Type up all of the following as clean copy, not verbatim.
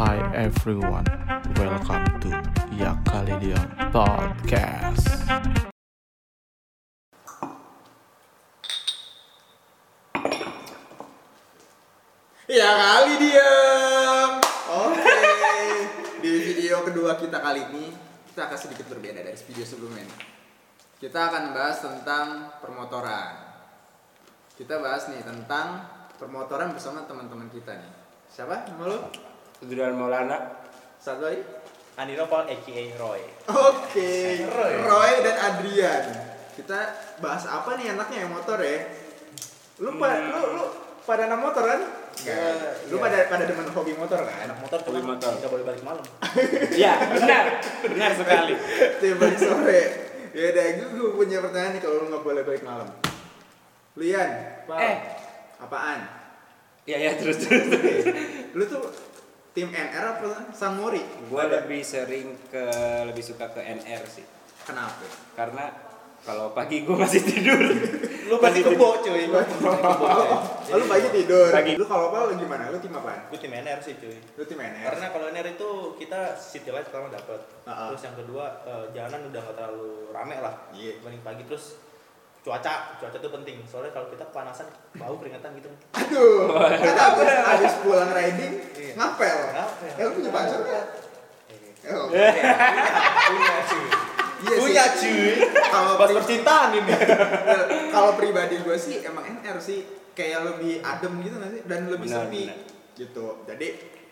Hi everyone, welcome to Yakalidian Podcast. Ya kali diam. Oke. Di video kedua kita kali ini kita akan sedikit berbeda dari video sebelumnya. Kita akan bahas tentang permotoran. Kita bahas nih tentang permotoran bersama teman-teman kita nih. Siapa nama lu? Sudirman Maulana. Satu lagi? Andi Nopal aka Roy. Oke. Roy dan Adrian. Kita bahas apa nih enaknya yang motor ya? Lu pada anak motor kan? Lu pada demen hobi motor kan? Anak motor cuma nggak boleh balik malam. Iya, benar sekali. Tiap balik sore. Ya udah, gue punya pertanyaan nih kalau lu nggak boleh balik malam. Lian, apaan? Iya terus. Lu tuh tim NR apa Sanmori? Gua lebih suka ke NR sih. Kenapa? Karena kalau pagi gua masih tidur. Lu pasti kebo cuy. Lu pagi tidur. Lu kalau apa lu gimana? Lu tim apaan? Gue tim NR sih cuy. Lu tim NR. Karena kalau NR itu kita city light pertama dapat. Uh-uh. Terus yang kedua jalanan udah nggak terlalu rame lah. Iya. Dibanding pagi terus cuaca tuh penting. Soalnya kalau kita kepanasan bau keringetan gitu. Aduh. Kita habis pulang riding ngapel. Ngapel. Lu punya pacar kan? Punya cuy. Iya Punya sih. cuy. Kalau Pas percintaan ini. kalau pribadi gue sih emang NR sih kayak lebih adem gitu nggak sih dan lebih Benar, sepi benar. gitu. Jadi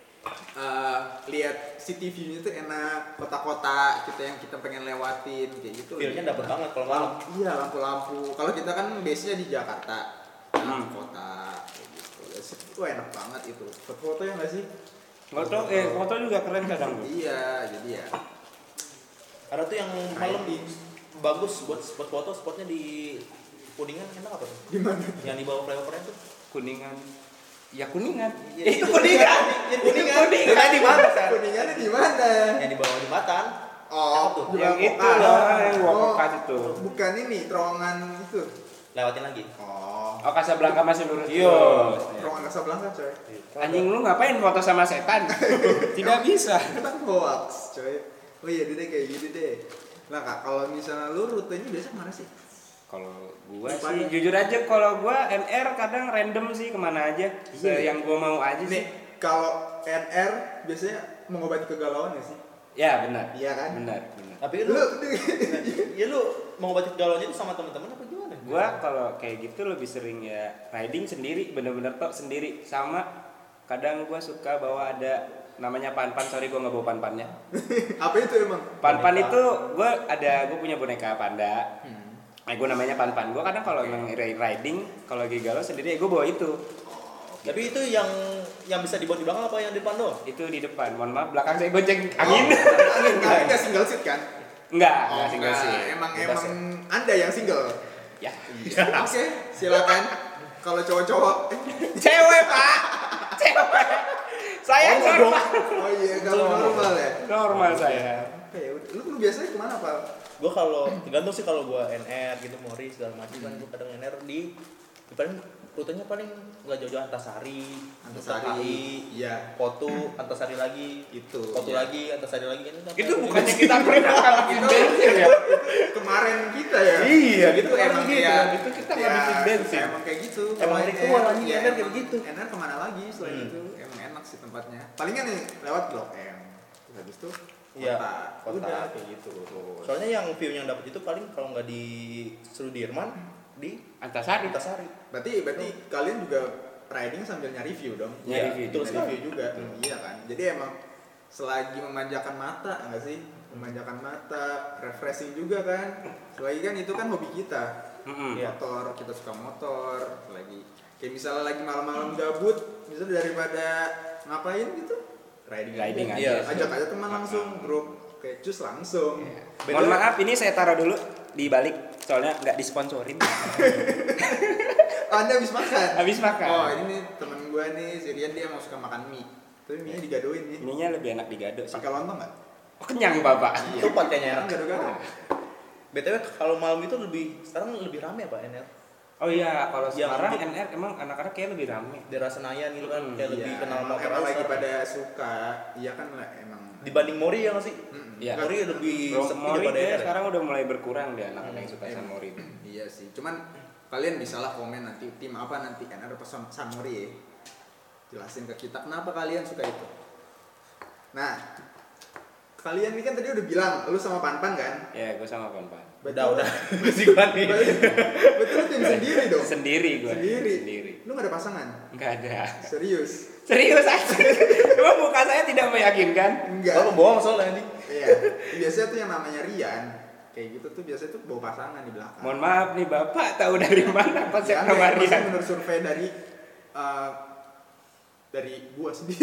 lihat city view-nya tuh enak, kota-kota kita pengen lewatin kayak gitu. Feel-nya dapet banget kalau malam. Iya, lampu-lampu. Kalau kita kan biasanya di Jakarta, kota kayak gitu. Itu enak banget itu. Foto ya nggak sih? Foto juga keren kadang. Iya, jadi ya. Ada tuh yang malam bagus buat spot foto, spotnya di Kuningan enak apa tuh? Di mana? Yang di bawah flyover itu. Kuningan. Ya Kuningan. Itu Kuningan. Kuningan. Itu di mana, San? Kuningannya di mana? Yang di bawah jembatan. Oh, Yang Jembatan itu Kokas. loh, yang gua Oh, Kokas itu. Bukan ini, terowongan itu. Lewatin lagi. Oh, Oh, Casablanca masih lurus. Iya. terowongan Casablanca coy. Anjing lu ngapain foto sama setan? Tidak bisa. Itu kan hoax coy. Oh iya, deh kayak gitu deh. Nah kak, kalau misalnya lu rutenya biasa kemana sih? Kalau gua Depannya. sih jujur aja kalau gua NR kadang random sih kemana aja. Yang gua mau aja Nih, sih. kalau NR biasanya mengobati kegalauan ya sih? Ya benar. Iya kan? Benar. Tapi Lu, ya lu mau ngobatin galauannya itu sama teman-teman apa gimana? Gua kalau kayak gitu lebih sering ya riding sendiri, bener-bener tok sendiri. Sama kadang gua suka bawa ada namanya panpan, sorry gua nggak bawa panpannya. apa itu emang? Panpan Boneka. itu gua punya boneka panda. Gua namanya panpan. Gua kadang kalau emang riding, kalau lagi galau sendiri ya gua bawa itu. Tapi itu yang bisa dibawa di belakang apa yang di depan doang? Itu di depan. Mohon maaf, belakang saya gonceng angin. Angin, tapi nggak single seat kan? Enggak enggak. single sih. Emang Bebas Anda yang single. Ya. Oke, silakan. Kalau cowok-cowok, Cewek, Pak. Cewek. Saya normal. oh iya, kalau normal ya. Normal saya. Oke, lu biasanya kemana Pak? Gue kalau tergantung sih kalau gue NR gitu Mori segala macam kan gue kadang NR di paling rutenya paling nggak jauh-jauh Antasari, iya. Potu, Antasari lagi, Itu, Potu iya. lagi, Antasari lagi kan Itu bukannya kita pernah bikin bensin ya? Kemarin kita ya. Iya, itu emang gitu. ya. Itu kita ngabisin bensin. Emang kayak gitu. Emang Kalau ritual anjing, ya, NR kayak emang gitu. NR kemana lagi selain itu? Emang enak sih tempatnya. Palingan nih lewat Blok M. Terus habis itu Iya, kota. kota. Udah kayak gitu. Soalnya yang view yang dapat itu paling kalau nggak di Sudirman di Antasari. Antasari. Berarti kalian juga riding sambil nyari view dong? Nyari Iya, view. betul Nyari sekali. view juga. Iya kan. Jadi emang selagi memanjakan mata enggak sih? Memanjakan mata, refreshing juga kan. Selagi kan itu kan hobi kita. Iya. Motor, kita suka motor. Lagi kayak misalnya lagi malam-malam gabut, misalnya daripada ngapain gitu, riding aja. Iya. Ajak aja teman langsung, grup kayak cus langsung. Mohon maaf, ini saya taruh dulu di balik, soalnya nggak disponsorin. Anda habis makan? Habis makan. Oh ini nih temen gue nih, Sirian dia mau suka makan mie. Tapi mie digadoin nih. Ininya lebih enak digado sih. Pakai lontong nggak? Oh, kenyang bapak. Itu partainya enak. Gado-gado. BTW kalau malam itu sekarang lebih rame apa NR? Oh iya, kalau Yang sekarang untuk- NR emang anak-anak kayak lebih rame. daerah Senayan gitu kan kayak lebih Iya, kenal motor emang lagi sekarang. pada suka. Iya kan lah emang. Dibanding Mori ya nggak sih? Iya. Mori lebih sepi Mori daripada kayak NR. sekarang udah mulai berkurang deh anak-anak yang suka sama Mori itu. Iya sih. Cuman kalian bisalah komen nanti tim apa nanti NR apa Sanmori ya. Jelasin ke kita kenapa kalian suka itu. Nah, kalian ini kan tadi udah bilang lu sama Panpan kan? Ya, gue sama Panpan. Udah. Masih gua nih. Betul tim sendiri dong. Sendiri gue. Sendiri. Lu gak ada pasangan? Enggak ada. Serius? Serius aja. Emang muka saya tidak meyakinkan. Enggak. Kalau bohong soalnya nih. Iya. Biasanya tuh yang namanya Rian kayak gitu tuh biasanya tuh bawa pasangan di belakang. Mohon maaf nih Bapak, tahu dari mana konsep Ya, nama maksudnya Rian? menurut survei dari gua sendiri.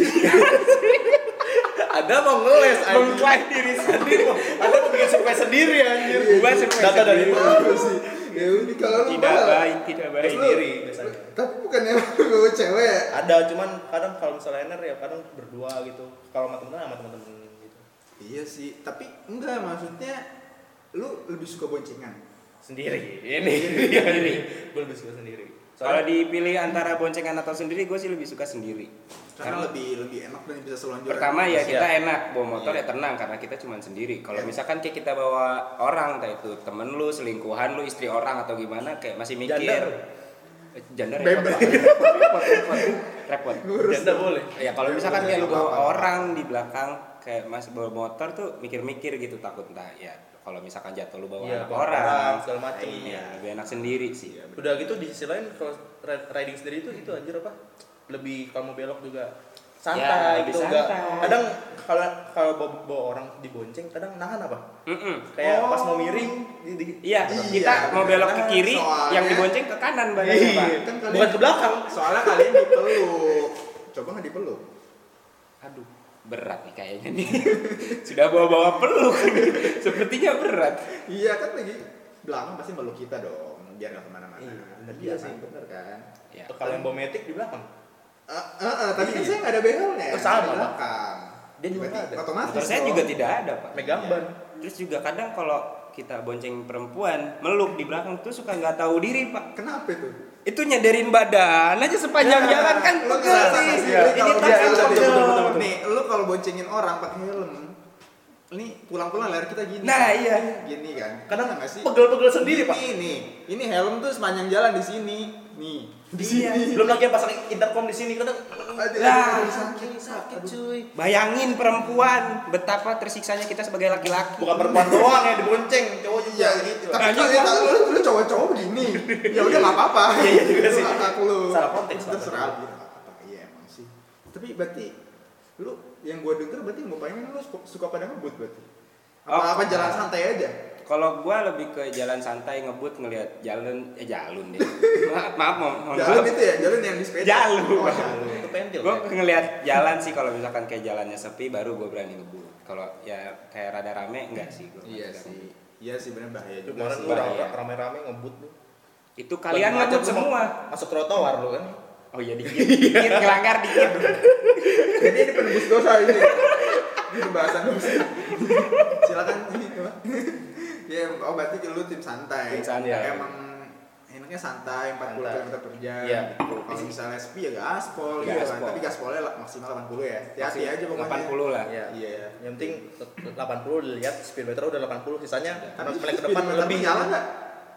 Ada mau ngeles Mengklaim diri sendiri. Ada mau bikin survei sendiri anjir. Gua survei Data dari sendiri. mana? Bagus sih. Ya udah kalau lu Tidak malah- baik, tidak baik. Sendiri biasanya. Tapi bukannya lu bawa cewek ya? Ada cuman kadang kalau misalnya NR ya kadang berdua gitu. Kalau sama temen-temen sama temen-temen gitu. Iya sih, tapi enggak maksudnya lu lebih suka boncengan. Sendiri. Sendiri. Gue lebih suka sendiri. Kalau dipilih antara boncengan atau sendiri, gue sih lebih suka sendiri. Karena lebih enak dan bisa selonjoran. Pertama ya Iya. kita enak bawa motor Iya. ya tenang karena kita cuma sendiri. Kalau Iya. misalkan kayak kita bawa orang, entah itu temen lu, selingkuhan lu, istri orang atau gimana, kayak masih mikir. Janda repot. Bebek. Pak. Repot. Janda boleh. Ya kalau Ya, misalkan udah, kayak lu nggak bawa apa-apa. orang di belakang kayak masih bawa motor tuh mikir-mikir gitu takut entah ya kalau misalkan jatuh lu bawa Iya, anak bawa orang orang, segala macem. Iya, lebih enak sendiri sih. Udah gitu di sisi lain kalau riding sendiri itu anjir apa? Lebih kalau mau belok juga Ya, santai lebih gitu enggak. santai. Kadang kalau bawa orang dibonceng kadang nahan apa? Mm-mm. Kayak Oh. pas mau miring Iya, Iya, kita mau belok ke benar. kiri, Soalnya- yang dibonceng ke kanan badannya, Iya. Pak. Kan kalian- Bukan ke belakang. Soalnya kalian dipeluk. Coba nggak dipeluk? Aduh, berat nih kayaknya nih. Sudah bawa-bawa peluk. Sepertinya berat. Iya kan lagi belakang pasti meluk kita dong, biar nggak kemana-mana. Iya, bener Iya juga sih, sih. bener kan. Ya. Kalau yang bawa metik di belakang. Tapi kan saya nggak ada behelnya. Oh, sama, di Pak. belakang. Dia juga Berarti nggak ada. otomatis. Motor saya dong. juga tidak ada, Pak. Megang ban. Terus juga kadang kalau kita bonceng perempuan, meluk di belakang tuh suka nggak tahu diri, Pak. Kenapa itu? Itu nyadarin badan aja sepanjang jalan kan Lu pegel ngerasa nih. nggak sih, Ini lu kalau tas boncengin- pegel. betul. Nih, lu kalau boncengin orang pakai helm, ini pulang-pulang layar kita gini. Nah, iya. Gini kan. Kadang nggak sih? pegel-pegel sendiri, Pak. Ini helm tuh sepanjang jalan di sini. Nih, di sini. Belum lagi yang pasang intercom di sini kadang Lah, sakit cuy. Bayangin perempuan betapa tersiksanya kita sebagai laki-laki. bukan perempuan doang yang dibonceng, cowok juga Iya, gitu. tapi Nah, kalau lu cowok-cowok begini, ya udah nggak apa-apa. Iya juga sih. Lu hak lu. Salah konteks, Terserah lu. Nggak apa-apa. Iya emang sih. Tapi berarti lu yang gua denger berarti yang gua pengen lu suka pada ngebut berarti. Oh. Apa jalan santai aja? Kalau gua lebih ke jalan santai ngebut ngelihat jalun jalun deh. Maaf, mohon Jalan maaf. itu ya, jalan yang di sepeda. Jalur. Oh, jalur. Itu pentil. Gue ya? ngelihat jalan sih kalau misalkan kayak jalannya sepi baru gue berani ngebut. Kalau ya kayak rada rame enggak sih gue. Iya sih. Iya sih benar bahaya juga Kemarin sih. lu bahaya. rame-rame ngebut lu. Itu kalian Lagi ngebut macet lu semua. Masuk trotoar lu kan. Oh iya dikit, dikit ngelanggar dikit. Jadi ini penembus dosa ini. Ini pembahasan dosa. Silakan sih. Ya, oh berarti lu tim santai. Tim santai. Ya, emang enaknya santai 40 Santai. km per jam. Iya, Kalau misalnya sepi ya gaspol gitu kan. Gaspol. Tapi gaspolnya maksimal 80 ya. Hati-hati aja pokoknya. 80 lah. Iya. Iya. Yang penting 80 dilihat speedometer udah 80 sisanya Tapi naik ke depan speedometer lebih. jalan enggak?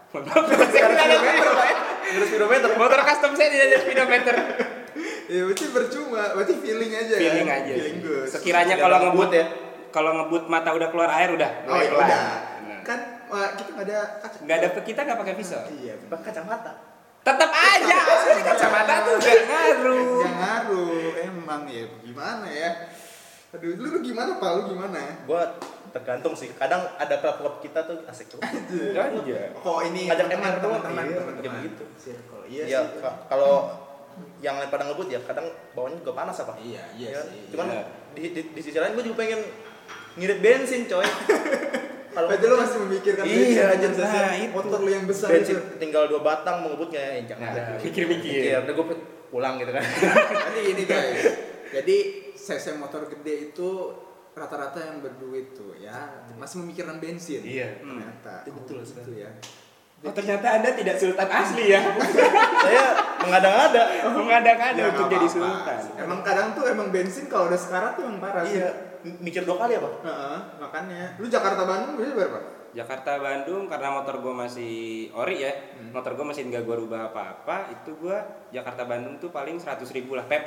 Terus speedometer. Motor custom saya tidak ada speedometer. Ya berarti percuma, berarti feeling aja Feeling ya. aja. Feeling good. Sekiranya Tidak kalau ada ngebut ngebut ya. kalau ngebut mata udah keluar air udah. Oh ya pelan. udah. Nah. Kan kita nggak ada kaca. Nggak ada kita nggak pakai visor. Iya. Pakai kacamata. Tetap aja asli kacamata tuh nggak ngaruh. Nggak ngaruh. Emang ya gimana ya? Aduh, lu gimana Pak? Lu gimana? Gua tergantung sih. Kadang ada klub kita tuh asik tuh. Iya. Oh ini Ngajak teman-teman, MR doang, teman-teman, iya, teman-teman. kayak begitu. Circle. Iya Iya, sih. kalau yang lain pada ngebut ya kadang bawahnya juga panas apa? Iya, iya Ya kan? sih. Cuman Benar. di sisi lain gue juga pengen ngirit bensin coy. Kalau Berarti lu masih memikirkan Iya, bensin, anjir, bensin, nah, itu. motor lu yang besar bensin itu. tinggal 2 batang mau ngebut nggak ya jangan. Nah, mikir-mikir. Udah gue pulang gitu kan. Jadi ini guys. Jadi cc motor gede itu rata-rata yang berduit tuh ya masih memikirkan bensin. Iya. Ternyata. Itu betul gitu sekali. ya. Oh ternyata Anda tidak sultan asli ya. Saya mengada-ngada. Mengada-ngada Ya, untuk nggak jadi apa-apa. sultan. Emang kadang tuh emang bensin kalau udah sekarat tuh emang parah sih. Iya, mikir 2 kali apa? Heeh, makanya. Lu Jakarta Bandung biasanya berapa? Jakarta Bandung karena motor gue masih ori ya. Motor gue masih nggak gue rubah apa-apa. Itu gue Jakarta Bandung tuh paling 100.000 lah. PP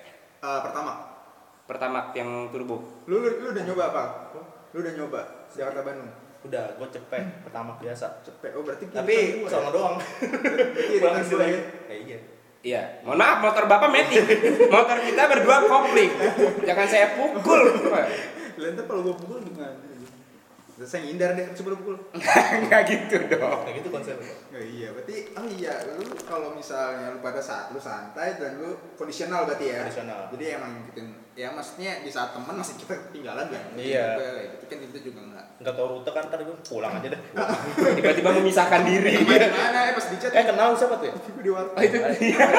pertama yang turbo. Lu udah nyoba apa? Lu udah nyoba Jakarta Bandung? Udah, gue cepet pertama biasa. Cepet. Oh berarti Tapi sono doang. Pulang dua ya. Iya. Iya, mohon maaf motor bapak metik. Motor kita berdua kopling. Jangan saya pukul. Lalu kalau gua pukul gimana? Terus saya ngindar deh, coba lu pukul. Nggak gitu dong. Kayak gitu konsep. Oh iya, berarti lu kalau misalnya lu pada saat lu santai dan lu kondisional berarti ya. Kondisional. Jadi emang ngikutin ya maksudnya di saat teman masih kita ketinggalan kan. Iya. Itu kan itu juga Enggak tahu rute kan, ntar gue pulang aja deh. Tiba-tiba memisahkan diri. di mana pas di chat Kenal siapa tuh ya? di warung. Oh, itu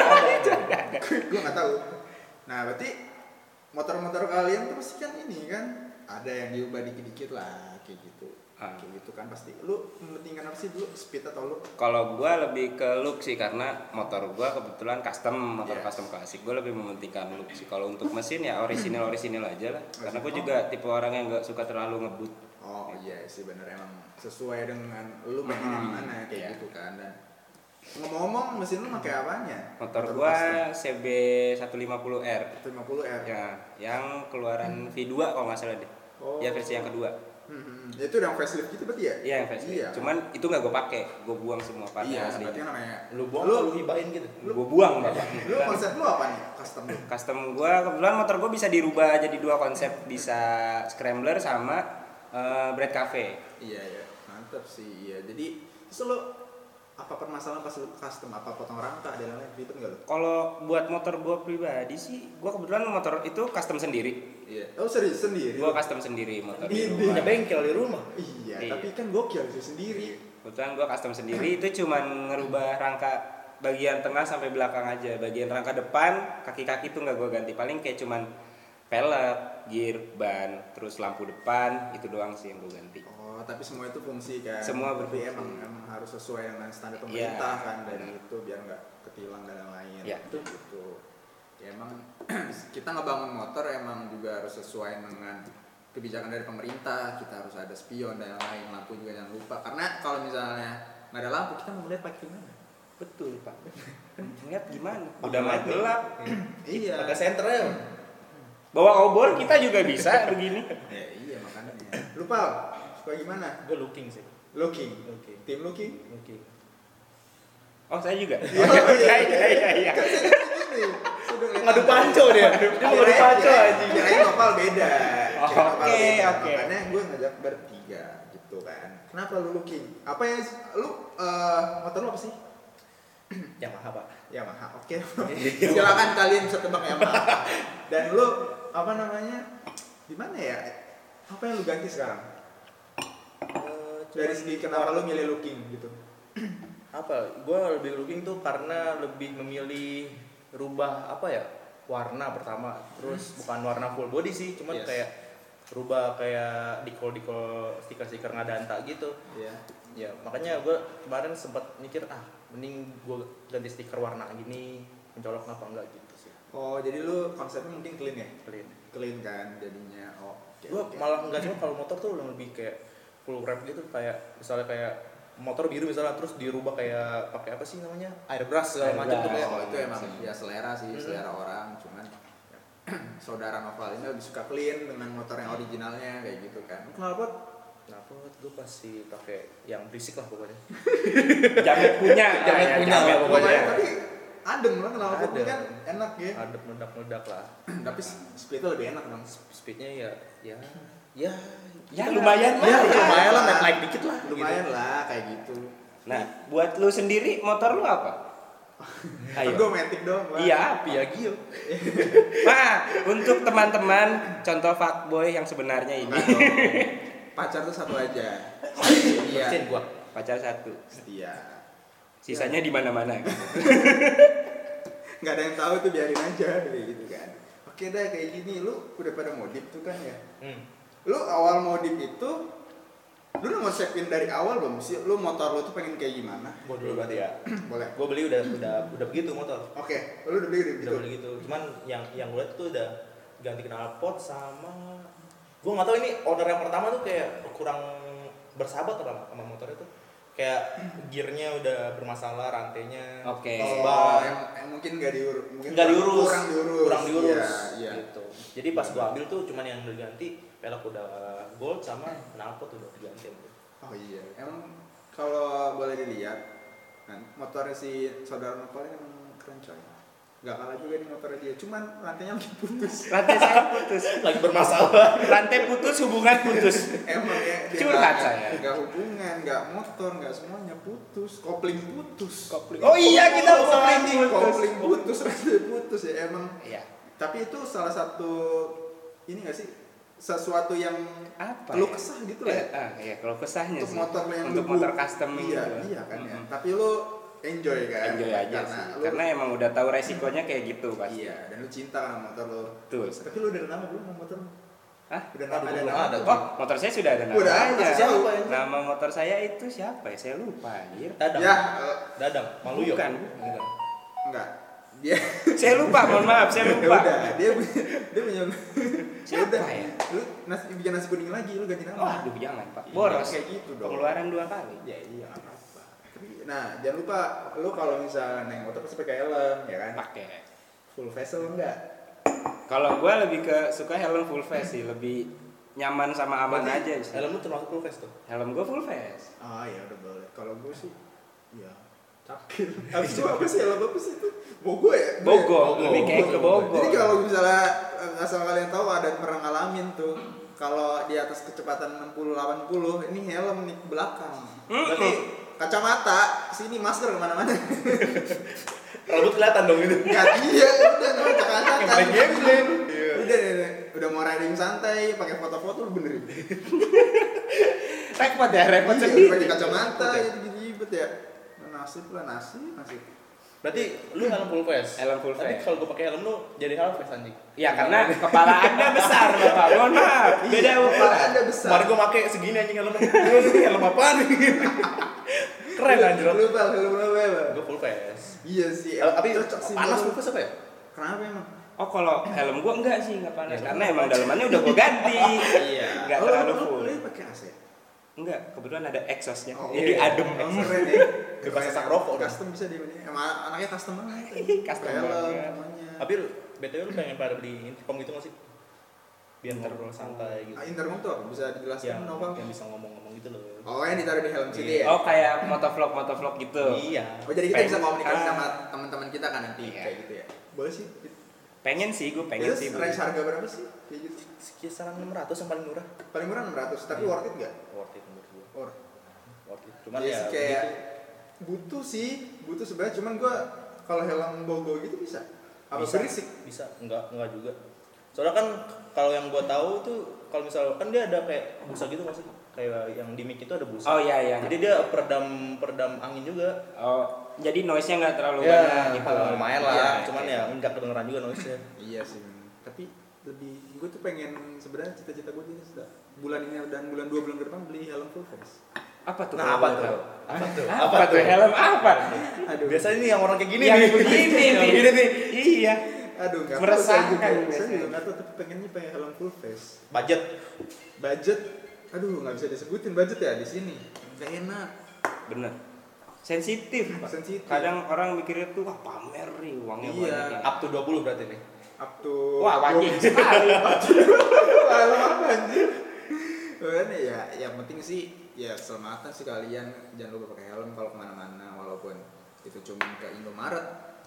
Gua enggak tahu. Nah, berarti motor-motor kalian tuh pasti kan ini kan ada yang diubah dikit-dikit lah kayak gitu. Kayak gitu kan pasti. Lu mementingkan apa sih dulu, speed atau lu? Kalau gua lebih ke look sih karena motor gua kebetulan custom, motor Yes. custom klasik. Gua lebih mementingkan look sih. Kalau untuk mesin ya orisinal aja lah. Karena gua juga tipe orang yang nggak suka terlalu ngebut. Oh iya sih bener emang sesuai dengan lu pengen yang mana kayak Iya. gitu kan. Dan ngomong-ngomong mesin lu pakai apanya? Motor gua CB 150R. 150R. Ya, yang keluaran V2 kalau nggak salah deh. Oh. Ya versi yang kedua. Itu yang facelift gitu berarti ya? Iya yang facelift. Iya. Cuman itu nggak gue pakai, gue buang semua partnya Iya, aslinya. berarti namanya Lu buang, lu hibahin gitu. Gue buang bapak. lu konsep lu apa nih? Custom lu? Custom gue kebetulan motor gue bisa dirubah jadi 2 konsep, bisa scrambler sama bread cafe. Iya ya, mantap sih. Iya. Jadi terus lu apa permasalahan pas lu custom, apa potong rangka dan lain-lain ribet nggak lu? Kalau buat motor gue pribadi sih, gue kebetulan motor itu custom sendiri. Iya. Oh serius sendiri? Gue custom sendiri motor di Ini rumah. Punya bengkel di rumah. Iya, Iya. tapi kan gokil sih sendiri. Kebetulan gue custom sendiri itu cuman ngerubah rangka bagian tengah sampai belakang aja. Bagian rangka depan, kaki-kaki tuh nggak gue ganti. Paling kayak cuman pelek, gear, ban, terus lampu depan, itu doang sih yang gue ganti. Oh, tapi semua itu fungsi kan? Semua Tapi berfungsi. emang harus sesuai dengan standar pemerintah Iya, kan dari benar. itu biar nggak ketilang dan lain-lain. Iya. Gitu. Ya emang kita ngebangun motor emang juga harus sesuai dengan kebijakan dari pemerintah. Kita harus ada spion dan lain-lain, lampu juga jangan lupa. Karena kalau misalnya nggak ada lampu kita mau melihat pakai gimana? Betul pak. Lihat gimana? Udah mah gelap. Iya. Ada senternya. Bawa obor kita juga bisa begini. Ya, iya makanya. Lupa suka gimana? Gue looking sih. Looking. Looking. Tim looking. Looking. Oh saya juga. Iya. Iya. Ngadu panco dia. Dia mau ngadu panco aja. Kirain Nopal beda. Oh, Kirain Nopal oke, beda. oke. Makanya gue ngajak bertiga gitu kan. Kenapa lu looking? Apa yang lu motor lu apa sih? Yamaha pak. Yamaha. Oke. Silakan kalian bisa tebak Yamaha. Dan lu apa namanya? Di mana ya? Apa yang lu ganti sekarang? Dari segi kenapa lu milih looking gitu? Apa? Gue lebih looking tuh karena lebih memilih rubah apa ya? Warna pertama. Terus bukan warna full body sih, cuman Yes. kayak rubah kayak dikol stiker-stiker ngadanta gitu. Iya. Ya makanya gue kemarin sempat mikir mending gue ganti stiker warna gini, mencolok apa enggak gitu sih. Oh, jadi lu konsepnya mungkin clean ya? Clean. Clean kan jadinya. Oh, oke. Gue malah enggak, cuma kalau motor tuh lebih kayak full wrap gitu, kayak misalnya kayak motor biru misalnya terus dirubah kayak pakai apa sih namanya, airbrush segala macam tuh kayak. Oh, itu emang ya selera sih, selera orang. Cuman ya, saudara Noval ini lebih suka clean dengan motor yang originalnya kayak gitu kan. Kenapa? Kenapa gue pasti pakai yang berisik lah pokoknya. Jamet punya. Jamet Ya, punya jamet lah pokoknya. Tapi adem lah kenapa Adem. kan enak ya. Adep meledak lah. Tapi speednya lebih enak dong. Speednya ya Ya lumayan lah. Ya, lumayan lah, naik dikit lah. Lumayan lah kayak gitu. Nah, buat lu sendiri motor lu apa? Ayo. Gue metik dong. Bang. Iya, Piaggio. Nah, untuk teman-teman contoh fuckboy yang sebenarnya ini. Enggak dong. Pacar tuh satu aja. Iya. Bersihin gua. Pacar satu. Setia. Sisanya di mana-mana. Nggak ada yang tahu tuh biarin aja kayak gitu kan. Oke dah kayak gini lu udah pada modif tuh kan ya. Lu awal modif itu Lu udah ngonsepin dari awal belum sih? Lu motor lu tuh pengen kayak gimana? Gue dulu berarti ya. Boleh. Gue beli udah begitu motor. Oke, lu udah beli Udah gitu. beli gitu. Cuman yang gue liat tuh udah ganti knalpot sama gue nggak tahu ini owner yang pertama tuh kayak kurang bersahabat sama motor itu. Kayak gearnya udah bermasalah, rantainya. Oke. Oh, yang mungkin nggak diurus. Kurang diurus. Iya. Gitu. Jadi pas gua ambil tuh cuman yang udah diganti, pelek udah gold sama knalpot udah diganti. Oh iya. Emang kalau boleh dilihat, kan motornya si saudara Nopal ini emang keren coy. Gak kalah juga nih motornya dia, cuman rantainya lagi putus. Rantai saya putus. Lagi bermasalah. Rantai putus, hubungan putus. Emang ya dia Curhat saya. Gak hubungan, gak motor, gak semuanya putus. Kopling putus. Oh iya, kita kopling putus. Kopling putus, rantai putus ya emang. Iya. Tapi itu salah satu ini gak sih? Sesuatu yang Apa? keluh kesah gitu lah ya. Iya, kalau kesahnya Untuk sih. motor yang untuk lu motor custom iya, gitu. iya kan ya. Tapi lu enjoy kan? Enjoy aja sih. Karena emang udah tahu resikonya kayak gitu pasti. iya, dan lu cinta sama motor lu. Betul. Tapi lu udah ada nama belum sama motor lu? Hah? Udah Aduh, ada belum nama? ada. Oh, motor saya sudah ada namanya. Udah ada, siapa ya? Nama motor saya itu siapa ya? Saya lupa, anjir. Dadang. Ya, Dadang, Maluyo. Bukan. Gitu. enggak. Dia Saya lupa, mohon maaf, saya ya lupa. udah, dia punya Siapa udah. ya? Lu bikin nasi kuning lagi, lu ganti nama. Waduh, jangan, Pak. Iya, Boros. kayak gitu dong. Pengeluaran 2 kali. Ya iya, enggak apa-apa. Tapi nah, jangan lupa lu kalau misalnya naik motor pasti pakai helm, ya kan? Pakai. Full face lu enggak? Kalau gue lebih ke suka helm full face sih, lebih nyaman sama aman Berarti aja sih. Helm lu termasuk full face tuh. Helm gue full face. Ah ya udah boleh. Kalau gue sih ya cakir. Habis itu apa sih helm apa sih itu? Bogo ya? Bogo, lebih kayak ke Bogo. Jadi kalau misalnya asal kalian tahu ada yang pernah ngalamin tuh, kalau di atas kecepatan 60-80 ini helm nih ke belakang. Berarti kacamata, sini masker kemana-mana. Rambut kelihatan dong itu. Enggak iya, udah nggak cakak-cakak. Main game. Udah mau riding santai, pakai foto-foto lu benerin. Repot ya, repot Iya, sendiri. pakai kacamata gitu ribet ya. Nasib. Berarti lu helm full face. Helm full Tapi face. kalau gua pakai helm lu jadi half face anjing. Ya karena kepala Anda besar, Bapak. Mohon maaf. Beda kepala Bapak. Anda besar. Kemarin gua pakai segini anjing helmnya. Ini helm apaan nih? Keren anjir. Lu Bal, helm lu apa? Gua full face. Iya sih. Tapi cocok sih. panas buat full lu. face apa ya? Kenapa emang? Oh kalau helm gua enggak sih, enggak panas. Karena emang dalamannya udah gua ganti. Iya. Enggak terlalu full. Lu pakai AC. Enggak, kebetulan ada exhaustnya. Oh, Jadi iya. adem. Keren ya. Bebas asap rokok dong. Custom bisa dia ini. Emang anaknya custom banget. Custom Helm banget. namanya. Tapi lu BTW lu pengen pada beli intercom gitu nggak sih? Biar ngobrol santai gitu. Intercom tuh apa? Bisa dijelaskan Nopal? Yang bisa ngomong-ngomong gitu loh. Oh, yang ditaruh di helm sini ya? Oh kayak motovlog gitu. Iya. Oh, jadi kita bisa komunikasi Ah. sama teman-teman kita kan nanti Iya. kayak gitu ya? Boleh sih. Pengen sih, gue pengen Terus sih. range harga berapa sih? Kayak gitu. Kisaran 600 yang paling murah. Paling murah 600, tapi Iya. worth it nggak? Worth it menurut gua. Worth it. Cuman Iya ya sih, kayak begitu. butuh sebenarnya. Cuman gua kalau helm Bogo gitu bisa. Apa Bisa. berisik? Bisa, enggak juga. Soalnya kan kalau yang gua tahu tuh kalau misalkan dia ada kayak busa gitu masih kayak yang di mic itu ada busa. Oh iya iya. Jadi dia peredam angin juga. Oh, jadi noise-nya nggak terlalu Ya, banyak gitu. lumayan lah. Iya, Cuman iya. ya enggak kedengeran juga noise-nya. Iya sih. Tapi lebih gue tuh pengen sebenarnya cita-cita gue ini sudah bulan ini dan bulan 2 bulan ke depan beli helm full face. Apa tuh? Nah, kalau apa boleh tuh? tahu? Apa tuh? Apa tuh? Helm apa? Aduh. Biasanya nih yang orang kayak gini Yang nih. begini Yang nih. begini nih. Iya. Aduh, nggak tahu Meresahkan saya juga biasanya. nggak tahu, tapi pengennya pengen helm full face. Budget. Budget, aduh nggak bisa disebutin budget ya di sini. Nggak enak. Bener. Sensitif, Pak. Sensitif. Kadang orang mikirnya tuh wah pamer nih uangnya Iya. banyak. nih. Up to 20 berarti nih. Up to Wah, wajib sekali. Helm apa anjir? Makanya ya, yang penting sih ya keselamatan sih kalian, jangan lupa pakai helm kalau kemana-mana, walaupun itu cuma ke Indomaret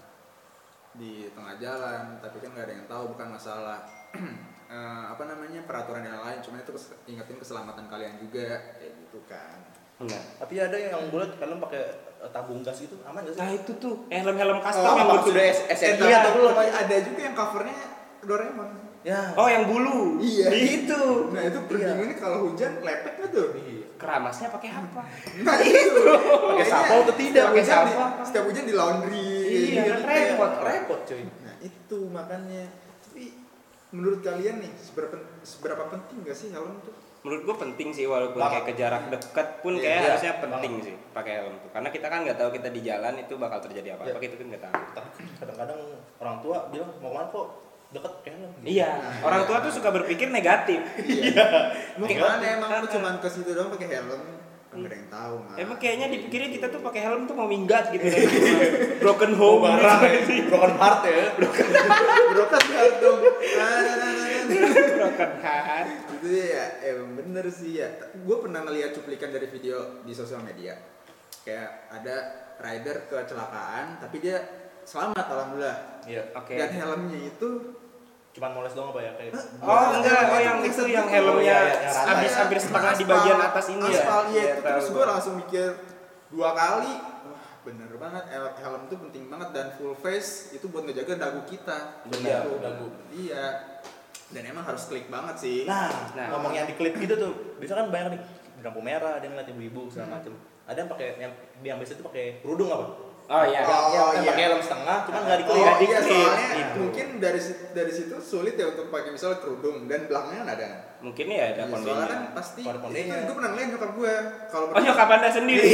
di tengah jalan, tapi kan nggak ada yang tahu, bukan masalah apa namanya peraturan yang lain, cuma itu ingetin keselamatan kalian juga kayak gitu kan. Benar. Tapi ada yang gue liat kalian pakai tabung gas gitu, aman gak sih? Nah itu tuh helm-helm custom Oh, yang apa bentuk. sudah SNI Tapi atau belum? ada juga yang covernya Doraemon. Ya. Oh yang bulu. Iya. Itu. Nah itu berbingungnya kalau hujan lepek nggak tuh? Keramasnya pakai apa? Nah itu. Pakai sampel atau tidak? Pakai Setiap hujan sampel. setiap hujan di laundry. Iya, gitu. repot. Repot cuy. Nah itu makanya. Tapi menurut kalian nih seberapa penting gak sih helm tuh? Menurut gue penting sih, walaupun kayak ke jarak dekat pun Iya, kayak iya. harusnya penting sih pakai helm tuh. Karena kita kan nggak tahu kita di jalan itu bakal terjadi apa-apa, Iya. kita kan nggak tahu. Tapi kadang-kadang orang tua bilang mau kemana kok deket kayaknya. Iya, orang tua tuh suka berpikir negatif. Mau kemana emang lu cuman ke situ doang pakai helm? Kan gak ada yang tahu mah. Emang kayaknya dipikirnya kita tuh pakai helm tuh mau minggat gitu dari broken home barang gitu. broken heart ya. Brokat heart dong. Broken heart. Itu ya emang bener sih ya. Gue pernah ngeliat cuplikan dari video di sosial media. Kayak ada rider kecelakaan tapi dia selamat alhamdulillah. Iya. Oke. Dan helmnya itu Cuman moles doang apa ya kayak. Oh enggak, oh yang itu yang helmnya iya, iya, habis iya. hampir setengah di bagian atas ini ya. Aspal iya itu tahu terus gua. gue langsung mikir 2 kali. Wah bener banget helm tuh penting banget dan full face itu buat ngejaga dagu kita. Bener, Gitu. dagu. Iya. Dan emang harus klik banget sih. Nah, Nah. ngomong yang di klip gitu tuh, bisa kan banyak nih di lampu merah, ada yang ngeliat ibu-ibu segala macem. Ada yang pakai yang biasa itu pakai kerudung apa? Oh iya. Yang iya. pakai helm setengah, cuman nggak Oh diklip. Nggak iya diklip, soalnya gitu. mungkin dari situ sulit ya untuk pakai misalnya kerudung dan belakangnya ada. Mungkin ya ada Iya, soalnya kondenya. kan pasti Kondenya. gue pernah ngeliat nyokap gue kalau Oh nyokap Anda sendiri.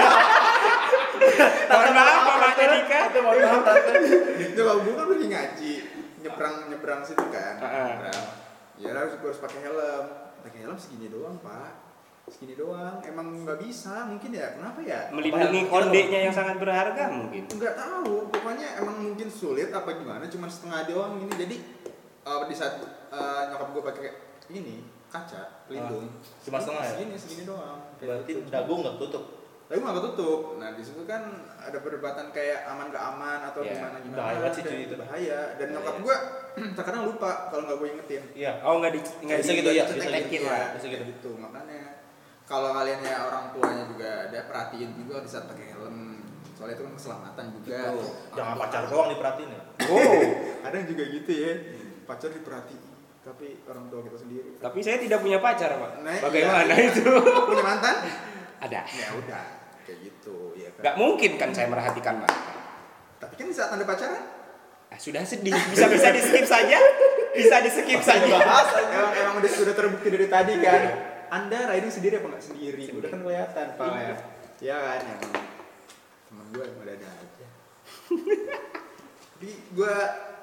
Mohon maaf Pak Dika. nyokap gue kan lagi ngaji nyebrang situ kan. Heeh. Nyebrang. Ya harus pakai helm segini doang pak. Segini doang emang nggak bisa mungkin ya kenapa ya? Melindungi kondenya yang sangat berharga mungkin. Nggak tahu pokoknya emang mungkin sulit apa gimana cuman setengah doang ini jadi di saat nyokap gue pakai ini kaca pelindung Cuma setengah ya? segini doang. Kayak Berarti gitu. dagu nggak tutup. Tapi nggak ketutup. Nah di situ kan ada perdebatan kayak aman gak aman atau Iya. gimana. Bahaya banget sih, Dan cuy, itu. bahaya. Dan Bahaya. nyokap gue terkadang lupa kalau nggak gue ingetin. Iya. Oh nggak Bisa gitu, ya, bisa ditekin gitu. lah. Bisa Kayak gitu. gitu. Makanya kalau kalian ya orang tuanya juga ada perhatiin juga di saat pakai helm. Soalnya itu kan keselamatan juga. Tuh, jangan Orang pacar tua- doang diperhatiin ya. Oh. Ada yang juga gitu ya. Pacar diperhatiin. Tapi orang tua kita sendiri. Tapi saya tidak punya pacar Pak. Nah, Bagaimana iya. itu? Punya mantan? Ada. Ya udah. Kayak gitu. Ya kan. Gak mungkin kan saya merhatikan mantan. Tapi kan di saat anda pacaran Ah, sudah sedih. Bisa di skip saja. Bisa di skip saja. emang sudah terbukti dari tadi kan. Anda riding sendiri apa nggak sendiri? Udah kan kelihatan pak ya. Iya kan emang temen gue emang ada aja. Tapi gue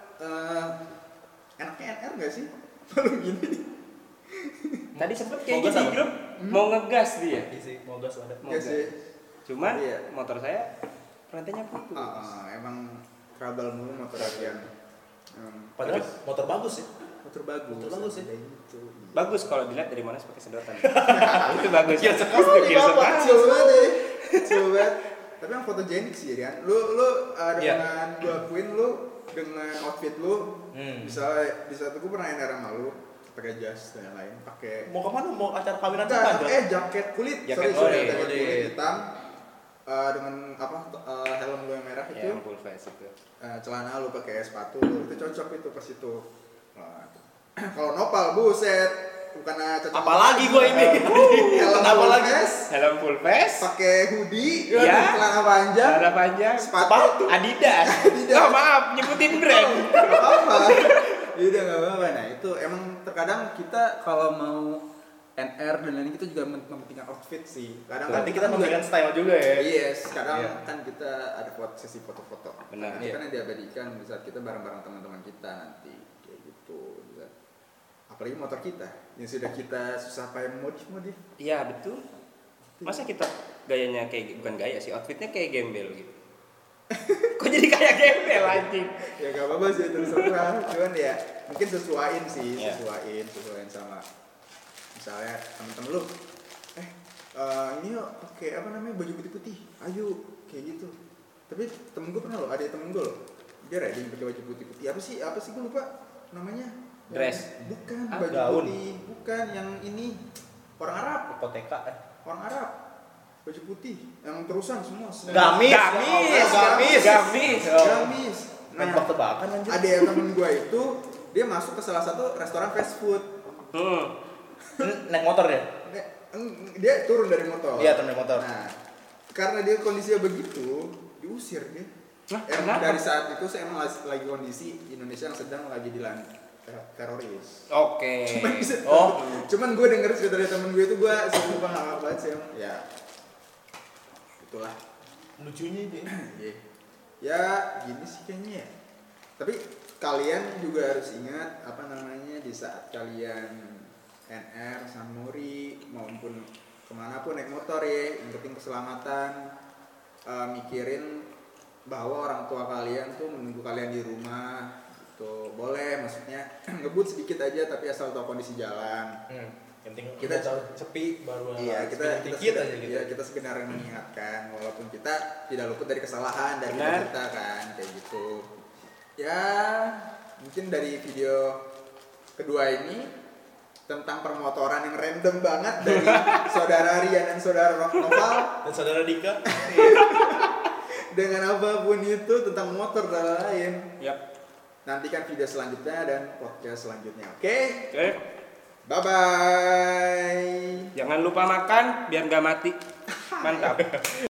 enaknya NR nggak sih? Kalau gini nih. Tadi sempet kayak Mau gitu gas di apa? grup mau ngegas dia. Iya sih, mau gas ada. Mau Nggak gas. sih. Cuman Iya. motor saya rantainya putus. Emang trouble mulu motor latihan. Padahal motor bagus ya. Motor bagus. Motor bagus ya. Kayak gitu. Bagus kalau dilihat dari mana pakai sedotan. Itu bagus. Iya, Itu sekali, gear Bapak, sekali. kecil banget ya. Kecil banget. Tapi yang fotogenik sih Rian. Lu Iya. dengan gua akuin lu dengan outfit lu bisa di saat itu gua pernah NR sama lu pakai jas dan lain pakai Mau kemana? Mau acara kawinan siapa? jaket kulit Jaket sorry, kulit. jaket kulit Kulit. hitam dengan apa helm lu yang merah Ya, itu yang full face itu. celana lu pakai sepatu lu itu cocok itu pas itu. Wah. Kalau nopal buset bukan cocok Apalagi gua ini. helm Kenapa full lagi? face, Helm full face. pakai hoodie Iya. celana panjang Celana panjang. sepatu Adidas. Adidas. Oh maaf, nyebutin brand. Gak apa-apa. Iya udah gak apa-apa. Nah itu emang terkadang kita kalau mau NR dan lain kita juga mementingkan outfit sih. Kadang kan Nanti kita memberikan style juga ya. Yes, kadang Iya. kan kita ada sesi foto-foto. Benar. Itu Iya. kan yang diabadikan di saat kita bareng-bareng teman-teman kita nanti kayak gitu. Apalagi motor kita yang sudah kita susah payah modif-modif. Iya betul. Masa kita gayanya kayak bukan gaya sih, outfitnya kayak gembel gitu. Kok jadi kayak gembel anjing? Ya gak apa-apa sih terserah. Cuman ya mungkin sesuaiin sih, Iya. sesuaiin sama misalnya temen-temen lu ini yuk pakai apa namanya baju putih-putih ayo kayak gitu tapi temen gue pernah loh ada temen gue loh dia riding pakai baju putih-putih apa sih gue lupa namanya Dress. bukan Ah, baju gaun. putih bukan yang ini orang Arab Hipoteka. orang Arab baju putih yang terusan semua Gamis. Gamis. Gamis. Oh. gamis nah Tebak-tebakan anjir. ada yang temen gue itu dia masuk ke salah satu restoran fast food Naik motor ya? dia turun dari motor. Iya, turun dari motor. Nah, karena dia kondisinya begitu, diusir dia. Nah, Emang kenapa? dari saat itu saya emang lagi kondisi Indonesia yang sedang lagi teroris. Oke. Cuman gue denger cerita dari temen gue itu gue sumpah nggak banget sih. Ya itulah Lucunya dia. Iya. Ya gini sih kayaknya ya. Tapi kalian juga harus ingat apa namanya di saat kalian NR, Sanmori maupun kemanapun naik motor ya, yang penting keselamatan. Mikirin bahwa orang tua kalian tuh menunggu kalian di rumah. Tuh boleh, maksudnya ngebut sedikit aja tapi asal tahu kondisi jalan. Yang penting Kita tahu sepi baru Iya, kita dikit aja gitu. Iya, kita sebenarnya mengingatkan walaupun kita tidak luput dari kesalahan dari kita kan kayak gitu. Ya, mungkin dari video kedua ini tentang permotoran yang random banget dari saudara Rian dan saudara Noval Dan saudara Dika dengan apapun itu tentang motor dan lain. Yap. Nantikan video selanjutnya dan podcast selanjutnya. Oke? Oke. Bye bye. Jangan lupa makan biar nggak mati. Mantap.